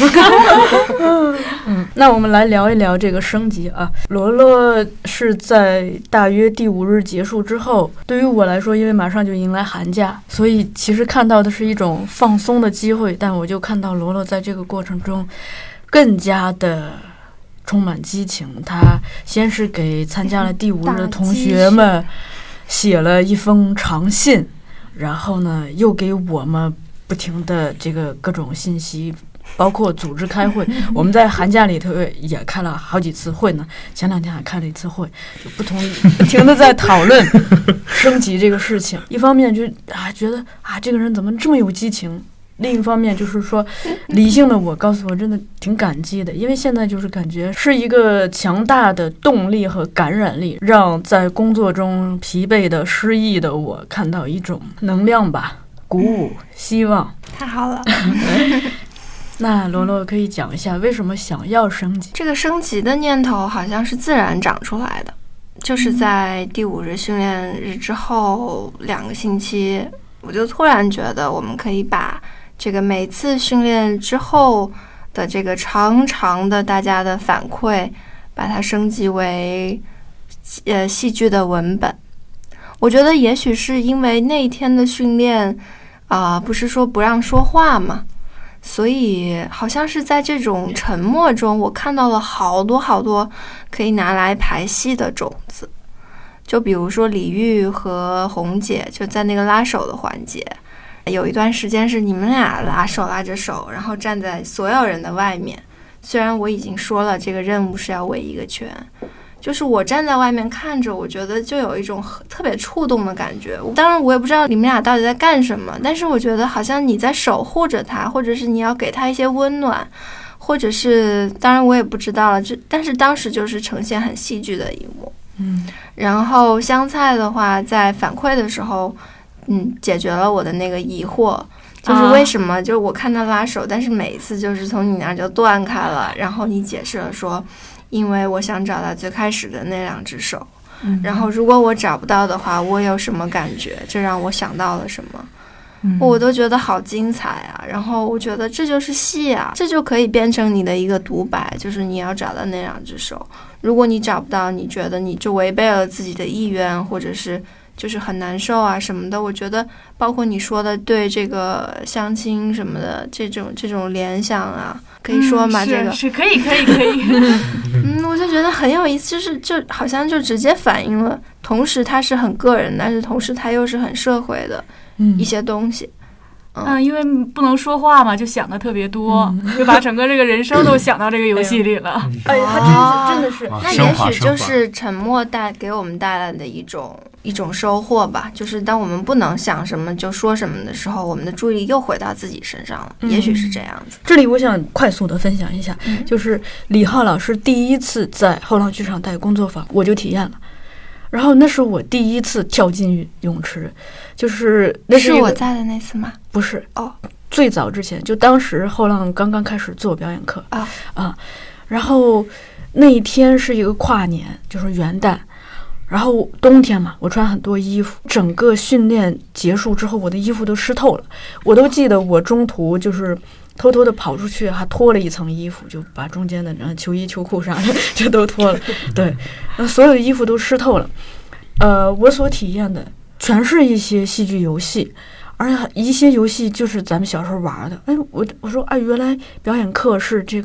那我们来聊一聊这个升级啊。罗罗是在大约第5日结束之后，对于我来说，因为马上就迎来寒假，所以其实看到的是一种放松的机会，但我就看到罗罗在这个过程中更加的充满激情。他先是给参加了第5日的同学们写了一封长信，然后呢又给我们不停的这个各种信息，包括组织开会。我们在寒假里头也开了好几次会呢，前2天还开了一次会，就不停的在讨论升级这个事情。一方面就觉得这个人怎么这么有激情，另一方面就是说，理性的我告诉我真的挺感激的，因为现在就是感觉是一个强大的动力和感染力，让在工作中疲惫的失意的我看到一种能量吧，鼓舞希望。 太好了。 那罗罗可以讲一下为什么想要升级？ 这个升级的念头好像是自然长出来的，就是在第5日训练日之后2个星期，我就突然觉得我们可以把这个每次训练之后的这个长长的大家的反馈，把它升级为戏剧的文本。我觉得也许是因为那一天的训练不是说不让说话嘛，所以好像是在这种沉默中，我看到了好多好多可以拿来排戏的种子。就比如说李玉和红姐就在那个拉手的环节，有一段时间是你们俩拉着手，然后站在所有人的外面。虽然我已经说了这个任务是要围一个圈，就是我站在外面看着，我觉得就有一种特别触动的感觉。当然我也不知道你们俩到底在干什么，但是我觉得好像你在守护着他，或者是你要给他一些温暖，或者是当然我也不知道了，但是当时就是呈现很戏剧的一幕。然后香菜的话在反馈的时候解决了我的那个疑惑，就是为什么就是我看他拉手，但是每一次就是从你那儿就断开了，然后你解释了说因为我想找到最开始的那2只手，然后如果我找不到的话我有什么感觉，这让我想到了什么，我都觉得好精彩啊。然后我觉得这就是戏啊，这就可以变成你的一个独白，就是你要找到那2只手，如果你找不到，你觉得你就违背了自己的意愿，或者是就是很难受啊什么的。我觉得包括你说的对这个相亲什么的这种联想啊，可以说吗？这个是可以我就觉得很有意思，就好像就直接反映了，同时它是很个人，但是同时它又是很社会的一些东西。 因为不能说话嘛，就想的特别多，就把整个这个人生都想到这个游戏里了。 他真的是。 那也许就是沉默给我们带来的一种收获吧，就是当我们不能想什么就说什么的时候，我们的注意力又回到自己身上了，也许是这样子。 这里我想快速的分享一下，就是李浩老师第一次在后浪剧场带工作坊，我就体验了。然后那是我第一次跳进泳池，就是那是我在的那次吗？ 不是最早之前，就当时后浪刚刚开始做表演课然后那一天是一个跨年，就是元旦，然后冬天嘛，我穿很多衣服，整个训练结束之后，我的衣服都湿透了。我都记得我中途就是偷偷的跑出去，还脱了一层衣服，就把中间的秋衣秋裤啥的就都脱了。对，所有的衣服都湿透了。我所体验的全是一些戏剧游戏，而且一些游戏就是咱们小时候玩的。我说原来表演课是这个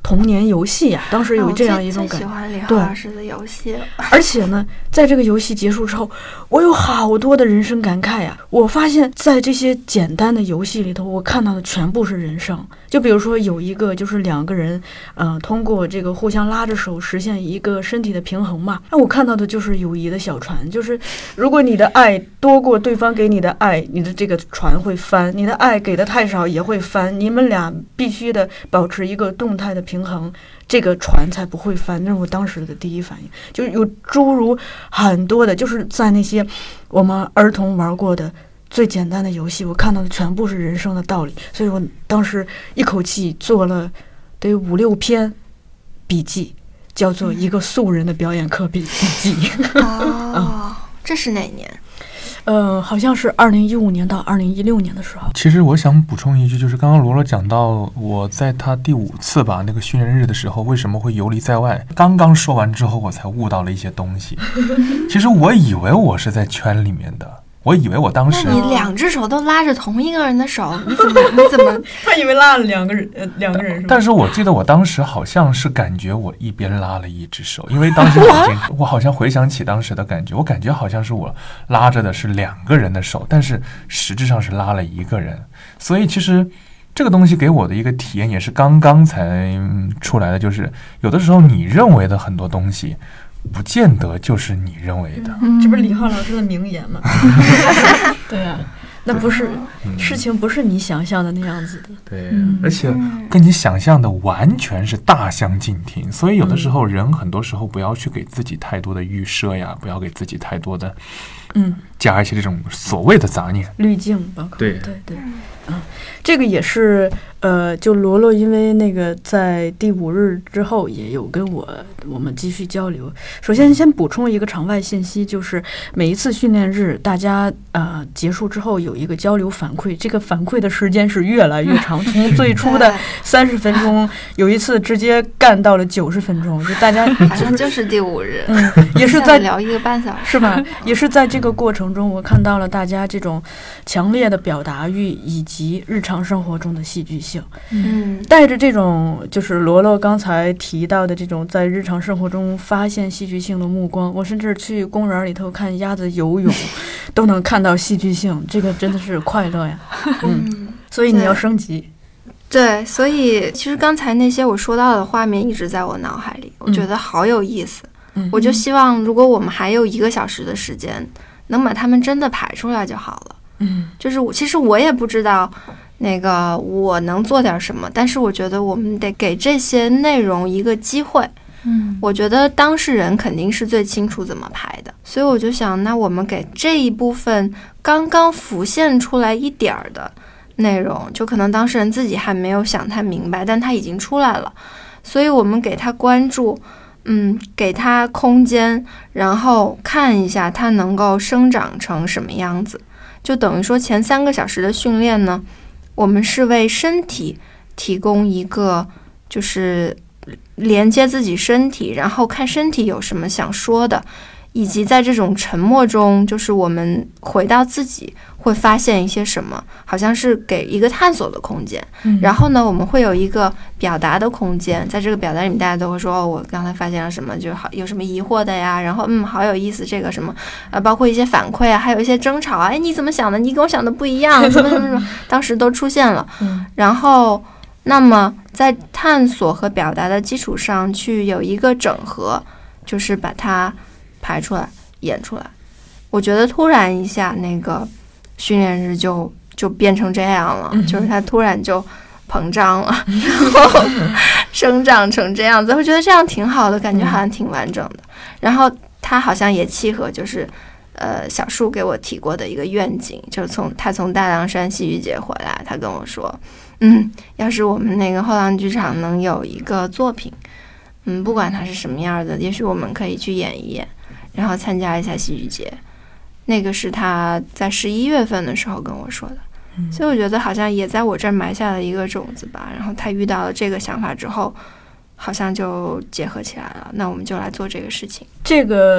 童年游戏呀，当时有这样一种感觉。 我最喜欢李浩老师的游戏了。 而且呢，在这个游戏结束之后，我有好多的人生感慨呀。我发现在这些简单的游戏里头，我看到的全部是人生。就比如说有一个就是2个人，通过这个互相拉着手实现一个身体的平衡嘛。那我看到的就是友谊的小船，就是如果你的爱多过对方给你的爱，你的这个船会翻；你的爱给的太少也会翻。你们俩必须的保持一个动态的平衡，这个船才不会翻。那是我当时的第一反应，就是有诸如很多的，就是在那些我们儿童玩过的最简单的游戏，我看到的全部是人生的道理。所以我当时一口气做了得5、6篇笔记，叫做一个素人的表演课笔记。 这是哪年？ 好像是2015年到2016年的时候。 其实我想补充一句，就是刚刚罗罗讲到我在他第5次吧那个训练日的时候为什么会游离在外，刚刚说完之后我才悟到了一些东西。其实我以为我是在圈里面的，我以为我当时， 那你2只手都拉着同一个人的手，你怎么？ 他以为拉了2个人是吧？ 但是我记得我当时好像是感觉我一边拉了1只手，因为当时我好像回想起当时的感觉，我感觉好像是我拉着的是2个人的手，但是实质上是拉了1个人。所以其实这个东西给我的一个体验也是刚刚才出来的，就是有的时候你认为的很多东西不见得就是你认为的。 这不是李浩老师的名言吗？对啊，那不是事情不是你想象的那样子的。 对，而且跟你想象的完全是大相径庭。所以有的时候人很多时候不要去给自己太多的预设呀，不要给自己太多的加一些这种所谓的杂念滤镜，包括对， 这个也是就罗罗因为那个在第5日之后也有跟我们继续交流。首先先补充一个场外信息，就是每一次训练日大家结束之后有一个交流反馈，这个反馈的时间是越来越长，从最初的30分钟有一次直接干到了90分钟，就大家好像就是第5日， 也是在聊1个半小时， 是吧？也是在这个过程中我看到了大家这种强烈的表达欲以及日常生活中的戏剧性。带着这种就是罗罗刚才提到的这种在日常生活中发现戏剧性的目光，我甚至去公园里头看鸭子游泳都能看到戏剧性，这个真的是快乐呀。所以你要升级。 对，所以其实刚才那些我说到的画面一直在我脑海里，我觉得好有意思。我就希望如果我们还有1个小时的时间，能把它们真的排出来就好了。就是其实我也不知道那个我能做点什么，但是我觉得我们得给这些内容一个机会。我觉得当事人肯定是最清楚怎么排的，所以我就想，那我们给这一部分刚刚浮现出来一点儿的内容，就可能当事人自己还没有想太明白，但他已经出来了，所以我们给他关注，给他空间，然后看一下他能够生长成什么样子。就等于说前3个小时的训练呢，我们是为身体提供一个就是连接自己身体，然后看身体有什么想说的，以及在这种沉默中，就是我们回到自己会发现一些什么，好像是给一个探索的空间。然后呢，我们会有一个表达的空间，在这个表达里面，大家都会说，我刚才发现了什么，就好有什么疑惑的呀，然后好有意思，这个什么包括一些反馈啊，还有一些争吵啊，你怎么想的？你跟我想的不一样，什么，当时都出现了。然后，那么在探索和表达的基础上去有一个整合，就是把它排出来演出来。我觉得突然一下那个训练日就变成这样了，就是它突然就膨胀了，然后生长成这样子，我觉得这样挺好的，感觉好像挺完整的。然后它好像也契合就是小树给我提过的一个愿景，就是他从大凉山戏剧节回来，他跟我说要是我们那个后浪剧场能有一个作品，不管它是什么样的，也许我们可以去演一演，然后参加一下戏剧节。那个是他在11月份的时候跟我说的，所以我觉得好像也在我这儿埋下了一个种子吧。然后他遇到了这个想法之后，好像就结合起来了。那我们就来做这个事情。 这个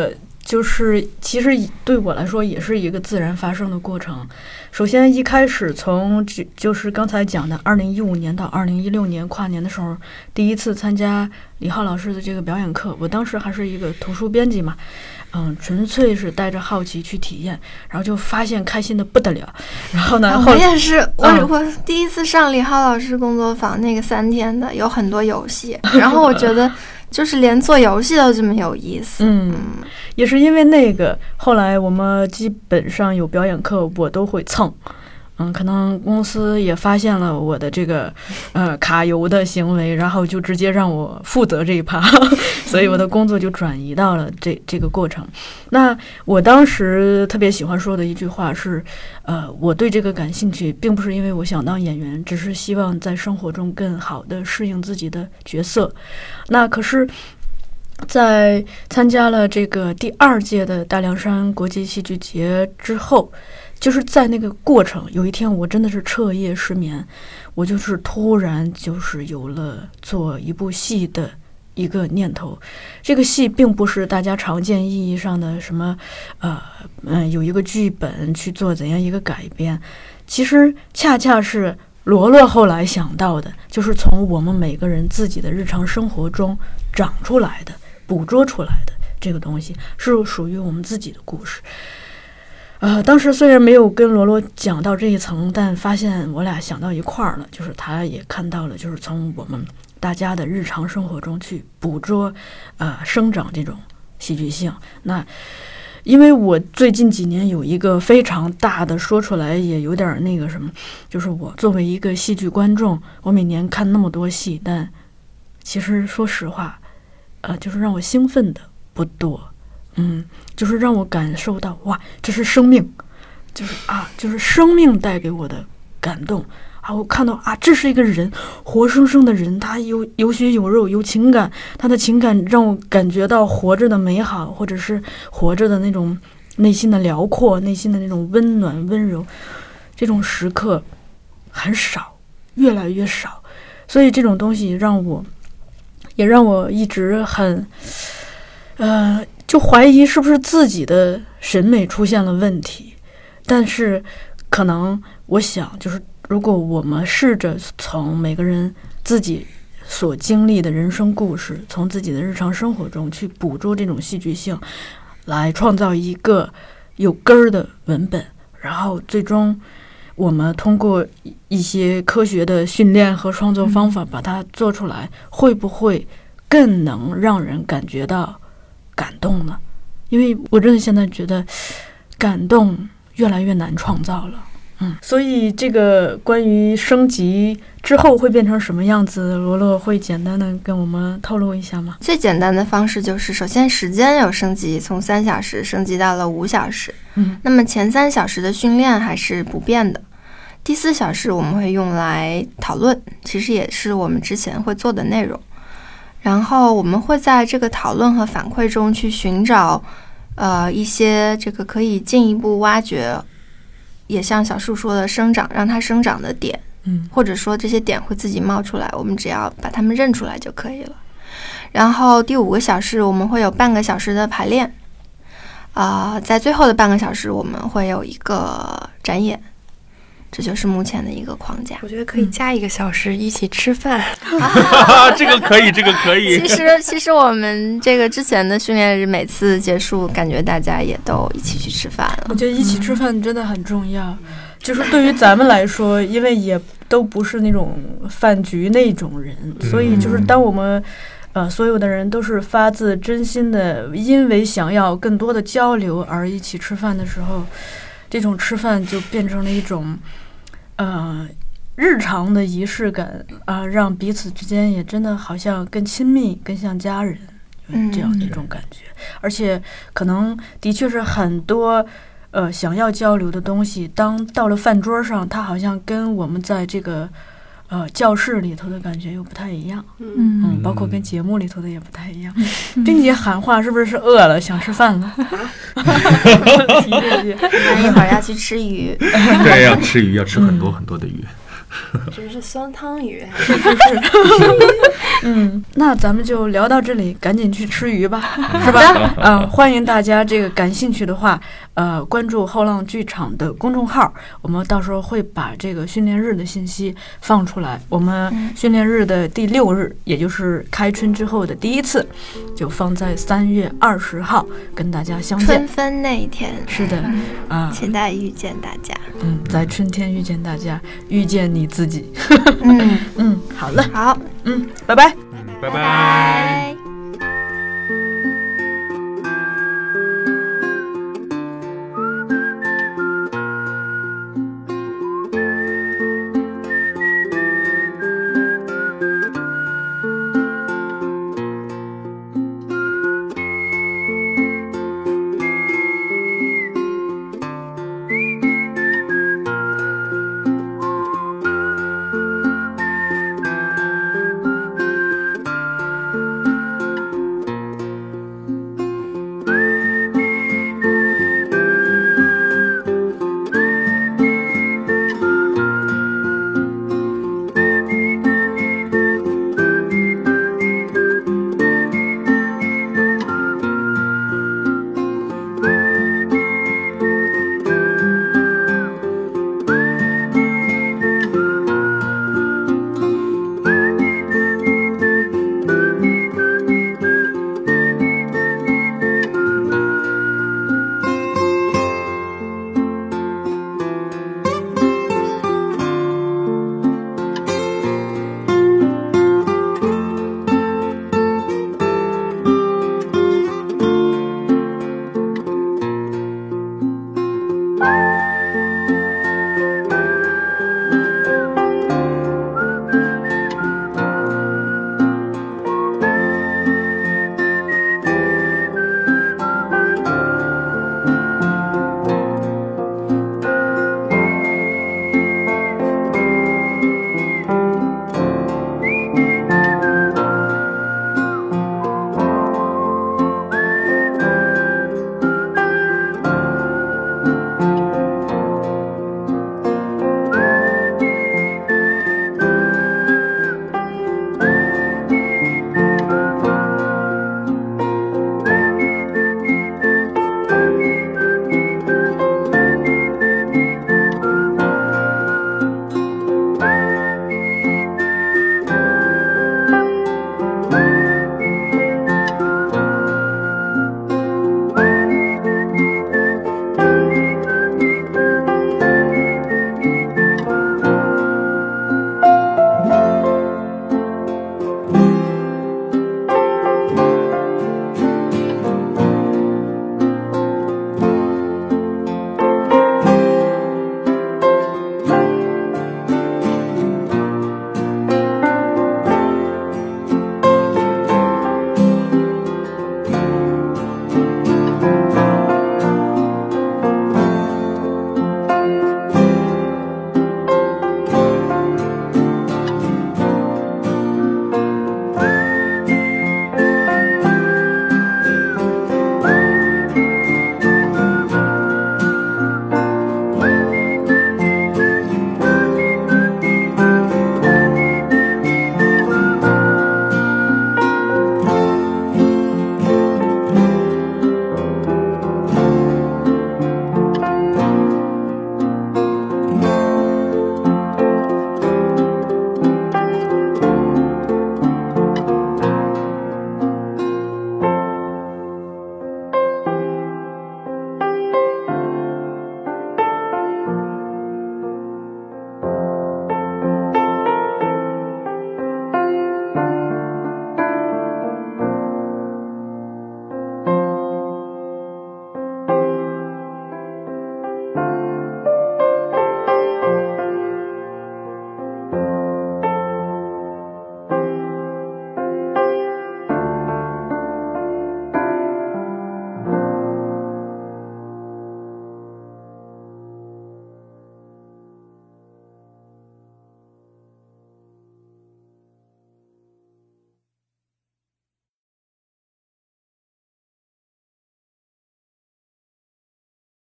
就是其实对我来说也是一个自然发生的过程。首先一开始从就是刚才讲的2015年到2016年跨年的时候，第一次参加李浩老师的这个表演课，我当时还是一个图书编辑嘛，纯粹是带着好奇去体验，然后就发现开心的不得了。然后呢， 我也是，我第一次上李浩老师工作坊那个3天的，有很多游戏，然后我觉得就是连做游戏都这么有意思。 也是因为那个，后来我们基本上有表演课我都会蹭。可能公司也发现了我的这个卡油的行为，然后就直接让我负责这一趴，所以我的工作就转移到了这个过程。那我当时特别喜欢说的一句话是，我对这个感兴趣，并不是因为我想当演员，只是希望在生活中更好的适应自己的角色。那可是在参加了这个第2届的大凉山国际戏剧节之后，就是在那个过程，有一天我真的是彻夜失眠，我就是突然就是有了做一部戏的一个念头。这个戏并不是大家常见意义上的什么有一个剧本去做怎样一个改编，其实恰恰是罗罗后来想到的，就是从我们每个人自己的日常生活中长出来的、捕捉出来的这个东西，是属于我们自己的故事。当时虽然没有跟罗罗讲到这一层，但发现我俩想到一块儿了，就是他也看到了，就是从我们大家的日常生活中去捕捉生长这种戏剧性。那因为我最近几年有一个非常大的，说出来也有点那个什么，就是我作为一个戏剧观众，我每年看那么多戏，但其实说实话就是让我兴奋的不多。就是让我感受到哇，这是生命，就是生命带给我的感动我看到这是一个人，活生生的人，他有血有肉有情感，他的情感让我感觉到活着的美好，或者是活着的那种内心的辽阔，内心的那种温暖温柔，这种时刻很少，越来越少。所以这种东西让我一直很就怀疑是不是自己的审美出现了问题。但是可能我想，就是如果我们试着从每个人自己所经历的人生故事，从自己的日常生活中去捕捉这种戏剧性，来创造一个有根儿的文本，然后最终我们通过一些科学的训练和创作方法把它做出来，会不会更能让人感觉到感动呢？因为我真的现在觉得感动越来越难创造了。所以这个关于升级之后会变成什么样子，罗罗会简单的跟我们透露一下吗？ 最简单的方式就是，首先时间有升级，从3小时升级到了5小时。那么前3小时的训练还是不变的，第4小时我们会用来讨论，其实也是我们之前会做的内容。然后我们会在这个讨论和反馈中去寻找一些这个可以进一步挖掘，也像小树说的生长，让它生长的点，或者说这些点会自己冒出来，我们只要把它们认出来就可以了。然后第5个小时我们会有半个小时的排练，在最后的半个小时我们会有一个展演，这就是目前的一个框架。 我觉得可以加1个小时一起吃饭。 这个可以，这个可以。 其实我们这个之前的训练日每次结束，感觉大家也都一起去吃饭了。 我觉得一起吃饭真的很重要，就是对于咱们来说，因为也都不是那种饭局那种人，所以就是当我们所有的人都是发自真心的，因为想要更多的交流而一起吃饭的时候，这种吃饭就变成了一种日常的仪式感让彼此之间也真的好像更亲密，更像家人，这样的一种感觉。而且可能的确是很多想要交流的东西，当到了饭桌上，它好像跟我们在这个教室里头的感觉又不太一样，包括跟节目里头的也不太一样。并且喊话是不是饿了，想吃饭了？ 一会儿要去吃鱼。 对，要吃鱼，要吃很多很多的鱼。 真是酸汤鱼， 是。那咱们就聊到这里，赶紧去吃鱼吧，是吧？欢迎大家这个感兴趣的话，关注后浪剧场的公众号，我们到时候会把这个训练日的信息放出来。我们训练日的第6日，也就是开春之后的第一次，就放在3月20号跟大家相见。 春分那一天。 是的， 期待遇见大家。 在春天遇见大家，遇见你自己。好了， 好， 拜拜， 拜拜。